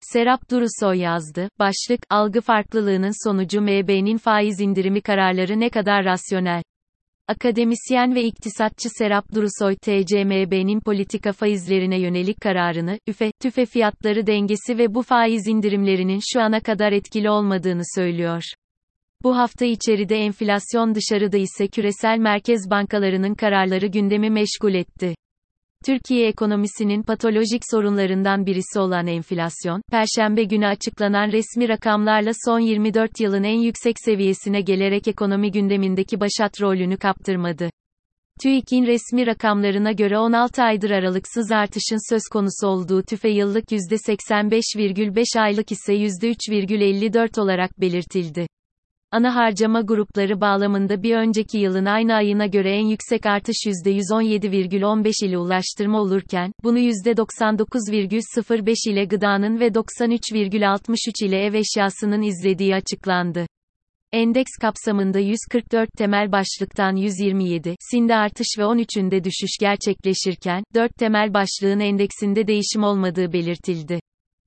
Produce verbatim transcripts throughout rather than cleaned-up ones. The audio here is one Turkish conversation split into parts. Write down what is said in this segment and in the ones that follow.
Serap Durusoy yazdı. Başlık, algı farklılığının sonucu M B'nin faiz indirimi kararları ne kadar rasyonel? Akademisyen ve iktisatçı Serap Durusoy T C M B'nin politika faizlerine yönelik kararını, üfe, tüfe fiyatları dengesi ve bu faiz indirimlerinin şu ana kadar etkili olmadığını söylüyor. Bu hafta içeride enflasyon, dışarıda ise küresel merkez bankalarının kararları gündemi meşgul etti. Türkiye ekonomisinin patolojik sorunlarından birisi olan enflasyon, Perşembe günü açıklanan resmi rakamlarla son yirmi dört yılın en yüksek seviyesine gelerek ekonomi gündemindeki başat rolünü kaptırmadı. TÜİK'in resmi rakamlarına göre on altı aydır aralıksız artışın söz konusu olduğu tüfe yıllık yüzde seksen beş virgül beş, aylık ise yüzde üç virgül elli dört olarak belirtildi. Ana harcama grupları bağlamında bir önceki yılın aynı ayına göre en yüksek artış yüzde yüz on yedi virgül on beş ile ulaştırma olurken, bunu yüzde doksan dokuz virgül sıfır beş ile gıdanın ve doksan üç virgül altmış üç ile ev eşyasının izlediği açıklandı. Endeks kapsamında yüz kırk dört temel başlıktan yüz yirmi yedisinde artış ve on üçünde düşüş gerçekleşirken, dört temel başlığın endeksinde değişim olmadığı belirtildi.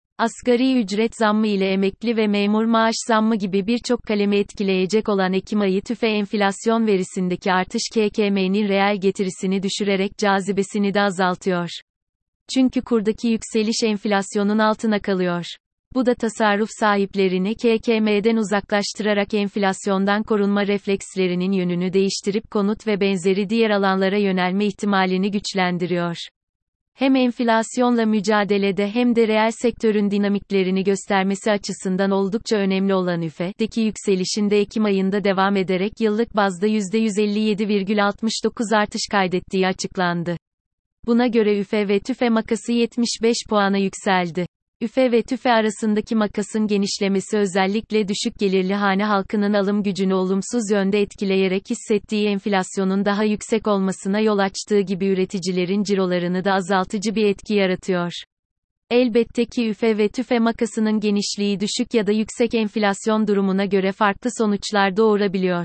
Asgari ücret zammı ile emekli ve memur maaş zammı gibi birçok kalemi etkileyecek olan Ekim ayı tüfe enflasyon verisindeki artış K K M'nin reel getirisini düşürerek cazibesini de azaltıyor. Çünkü kurdaki yükseliş enflasyonun altına kalıyor. Bu da tasarruf sahiplerini K K M'den uzaklaştırarak enflasyondan korunma reflekslerinin yönünü değiştirip konut ve benzeri diğer alanlara yönelme ihtimalini güçlendiriyor. Hem enflasyonla mücadelede hem de reel sektörün dinamiklerini göstermesi açısından oldukça önemli olan üfedeki yükselişin de Ekim ayında devam ederek yıllık bazda yüzde yüz elli yedi virgül altmış dokuz artış kaydettiği açıklandı. Buna göre üfe ve tüfe makası yetmiş beş puana yükseldi. Üfe ve tüfe arasındaki makasın genişlemesi özellikle düşük gelirli hane halkının alım gücünü olumsuz yönde etkileyerek hissettiği enflasyonun daha yüksek olmasına yol açtığı gibi üreticilerin cirolarını da azaltıcı bir etki yaratıyor. Elbette ki üfe ve tüfe makasının genişliği düşük ya da yüksek enflasyon durumuna göre farklı sonuçlar doğurabiliyor.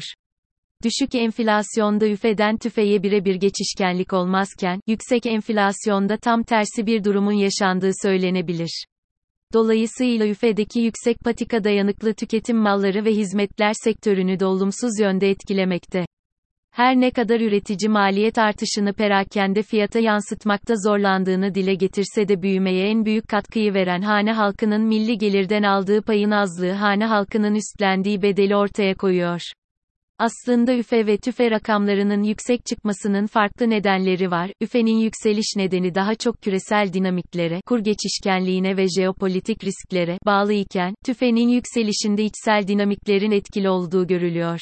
Düşük enflasyonda üfeden tüfeye birebir geçişkenlik olmazken, yüksek enflasyonda tam tersi bir durumun yaşandığı söylenebilir. Dolayısıyla üfedeki yüksek patika dayanıklı tüketim malları ve hizmetler sektörünü de olumsuz yönde etkilemekte. Her ne kadar üretici maliyet artışını perakende fiyata yansıtmakta zorlandığını dile getirse de büyümeye en büyük katkıyı veren hane halkının milli gelirden aldığı payın azlığı hane halkının üstlendiği bedeli ortaya koyuyor. Aslında üfe ve tüfe rakamlarının yüksek çıkmasının farklı nedenleri var. Üfenin yükseliş nedeni daha çok küresel dinamiklere, kur geçişkenliğine ve jeopolitik risklere bağlı iken, tüfenin yükselişinde içsel dinamiklerin etkili olduğu görülüyor.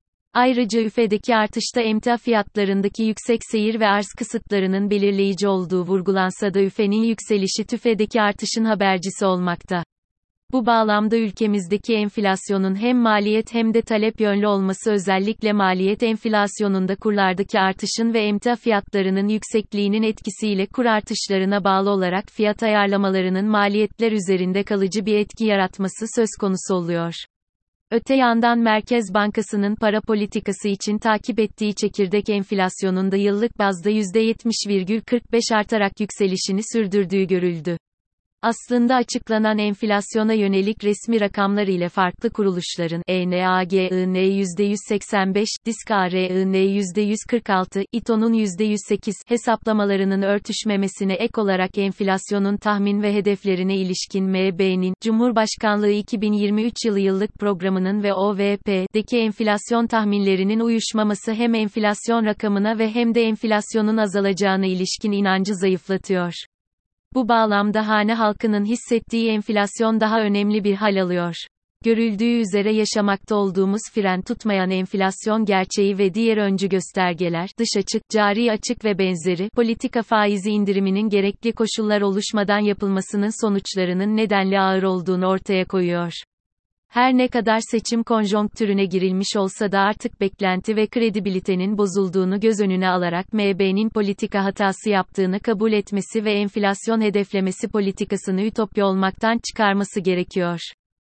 Ayrıca üfedeki artışta emtia fiyatlarındaki yüksek seyir ve arz kısıtlarının belirleyici olduğu vurgulansa da üfenin yükselişi tüfedeki artışın habercisi olmakta. Bu bağlamda ülkemizdeki enflasyonun hem maliyet hem de talep yönlü olması özellikle maliyet enflasyonunda kurlardaki artışın ve emtia fiyatlarının yüksekliğinin etkisiyle kur artışlarına bağlı olarak fiyat ayarlamalarının maliyetler üzerinde kalıcı bir etki yaratması söz konusu oluyor. Öte yandan Merkez Bankası'nın para politikası için takip ettiği çekirdek enflasyonunda yıllık bazda yüzde yetmiş virgül kırk beş artarak yükselişini sürdürdüğü görüldü. Aslında açıklanan enflasyona yönelik resmi rakamlar ile farklı kuruluşların E N A G I N yüzde yüz seksen beş, Disk-A R I N yüzde yüz kırk altı, İTO'nun yüzde yüz sekiz hesaplamalarının örtüşmemesine ek olarak enflasyonun tahmin ve hedeflerine ilişkin M B'nin Cumhurbaşkanlığı iki bin yirmi üç yılı yıllık programının ve O V P'deki enflasyon tahminlerinin uyuşmaması hem enflasyon rakamına ve hem de enflasyonun azalacağına ilişkin inancı zayıflatıyor. Bu bağlamda hane halkının hissettiği enflasyon daha önemli bir hal alıyor. Görüldüğü üzere yaşamakta olduğumuz fren tutmayan enflasyon gerçeği ve diğer öncü göstergeler, dış açık, cari açık ve benzeri, politika faizi indiriminin gerekli koşullar oluşmadan yapılmasının sonuçlarının nedenli ağır olduğunu ortaya koyuyor. Her ne kadar seçim konjonktürüne girilmiş olsa da artık beklenti ve kredibilitenin bozulduğunu göz önüne alarak M B'nin politika hatası yaptığını kabul etmesi ve enflasyon hedeflemesi politikasını ütopya olmaktan çıkarması gerekiyor.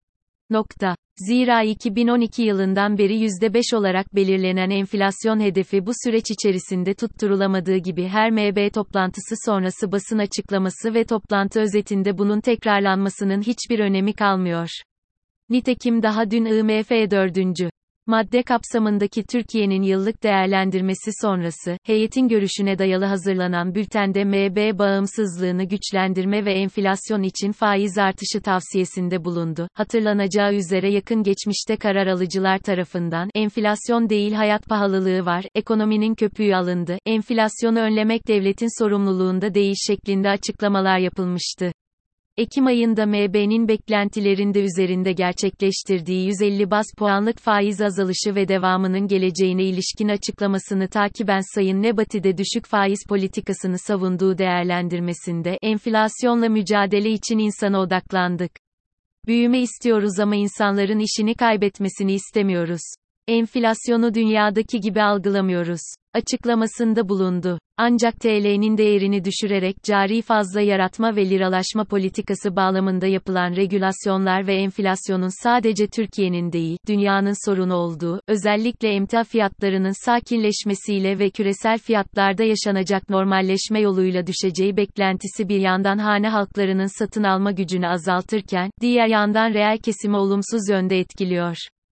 Nokta. Zira iki bin on iki yılından beri yüzde beş olarak belirlenen enflasyon hedefi bu süreç içerisinde tutturulamadığı gibi her M B toplantısı sonrası basın açıklaması ve toplantı özetinde bunun tekrarlanmasının hiçbir önemi kalmıyor. Nitekim daha dün I M F dördüncü madde kapsamındaki Türkiye'nin yıllık değerlendirmesi sonrası, heyetin görüşüne dayalı hazırlanan bültende M B bağımsızlığını güçlendirme ve enflasyon için faiz artışı tavsiyesinde bulundu. Hatırlanacağı üzere yakın geçmişte karar alıcılar tarafından, enflasyon değil hayat pahalılığı var, ekonominin köpüğü alındı, enflasyonu önlemek devletin sorumluluğunda değil şeklinde açıklamalar yapılmıştı. Ekim ayında M B'nin beklentilerinde üzerinde gerçekleştirdiği yüz elli baz puanlık faiz azalışı ve devamının geleceğine ilişkin açıklamasını takiben Sayın Nebati de düşük faiz politikasını savunduğu değerlendirmesinde, enflasyonla mücadele için insana odaklandık. Büyüme istiyoruz ama insanların işini kaybetmesini istemiyoruz. Enflasyonu dünyadaki gibi algılamıyoruz açıklamasında bulundu. Ancak T L'nin değerini düşürerek cari fazla yaratma ve liralaşma politikası bağlamında yapılan regülasyonlar ve enflasyonun sadece Türkiye'nin değil, dünyanın sorunu olduğu, özellikle emtia fiyatlarının sakinleşmesiyle ve küresel fiyatlarda yaşanacak normalleşme yoluyla düşeceği beklentisi bir yandan hane halklarının satın alma gücünü azaltırken, diğer yandan reel kesimi olumsuz yönde etkiliyor.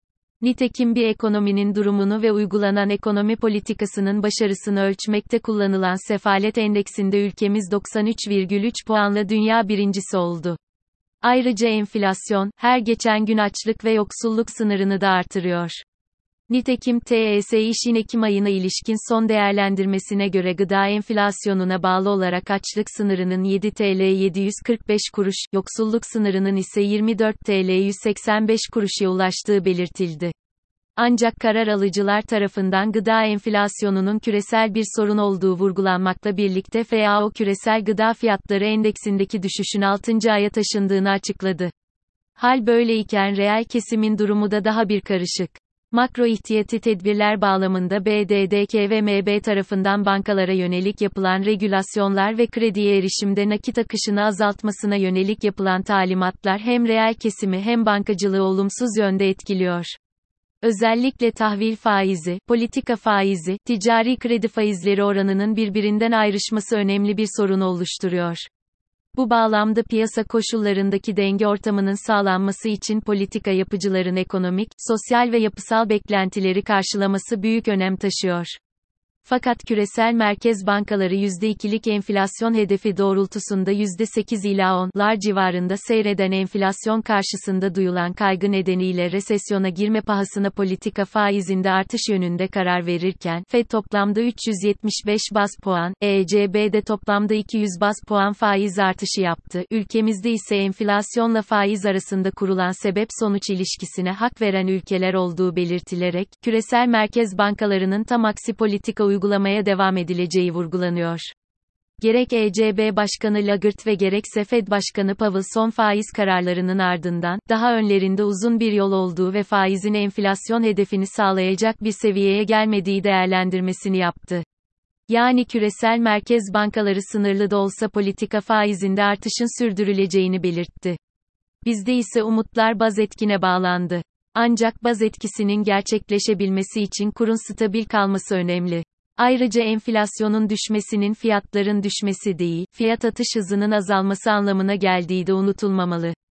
Nitekim bir ekonominin durumunu ve uygulanan ekonomi politikasının başarısını ölçmekte kullanılan sefalet endeksinde ülkemiz doksan üç virgül üç puanla dünya birincisi oldu. Ayrıca enflasyon, her geçen gün açlık ve yoksulluk sınırını da artırıyor. Nitekim T E S İş'in Ekim ayına ilişkin son değerlendirmesine göre gıda enflasyonuna bağlı olarak açlık sınırının yedi TL yedi yüz kırk beş kuruş, yoksulluk sınırının ise yirmi dört TL yüz seksen beş kuruşa ulaştığı belirtildi. Ancak karar alıcılar tarafından gıda enflasyonunun küresel bir sorun olduğu vurgulanmakla birlikte F A O küresel gıda fiyatları endeksindeki düşüşün altıncı aya taşındığını açıkladı. Hal böyleyken reel kesimin durumu da daha bir karışık. Makro ihtiyati tedbirler bağlamında B D D K ve M B tarafından bankalara yönelik yapılan regülasyonlar ve krediye erişimde nakit akışını azaltmasına yönelik yapılan talimatlar hem reel kesimi hem bankacılığı olumsuz yönde etkiliyor. Özellikle tahvil faizi, politika faizi, ticari kredi faizleri oranının birbirinden ayrışması önemli bir sorunu oluşturuyor. Bu bağlamda piyasa koşullarındaki denge ortamının sağlanması için politika yapıcıların ekonomik, sosyal ve yapısal beklentileri karşılaması büyük önem taşıyor. Fakat küresel merkez bankaları yüzde ikilik enflasyon hedefi doğrultusunda yüzde sekiz ila onlar civarında seyreden enflasyon karşısında duyulan kaygı nedeniyle resesyona girme pahasına politika faizinde artış yönünde karar verirken, F E D toplamda üç yüz yetmiş beş baz puan, E C B'de toplamda iki yüz baz puan faiz artışı yaptı. Ülkemizde ise enflasyonla faiz arasında kurulan sebep-sonuç ilişkisine hak veren ülkeler olduğu belirtilerek, küresel merkez bankalarının tam aksi politika uygulamaya devam edileceği vurgulanıyor. Gerek E C B Başkanı Lagarde ve gerekse F E D Başkanı Powell son faiz kararlarının ardından, daha önlerinde uzun bir yol olduğu ve faizin enflasyon hedefini sağlayacak bir seviyeye gelmediği değerlendirmesini yaptı. Yani küresel merkez bankaları sınırlı da olsa politika faizinde artışın sürdürüleceğini belirtti. Bizde ise umutlar baz etkine bağlandı. Ancak baz etkisinin gerçekleşebilmesi için kurun stabil kalması önemli. Ayrıca enflasyonun düşmesinin fiyatların düşmesi değil, fiyat atış hızının azalması anlamına geldiği de unutulmamalı.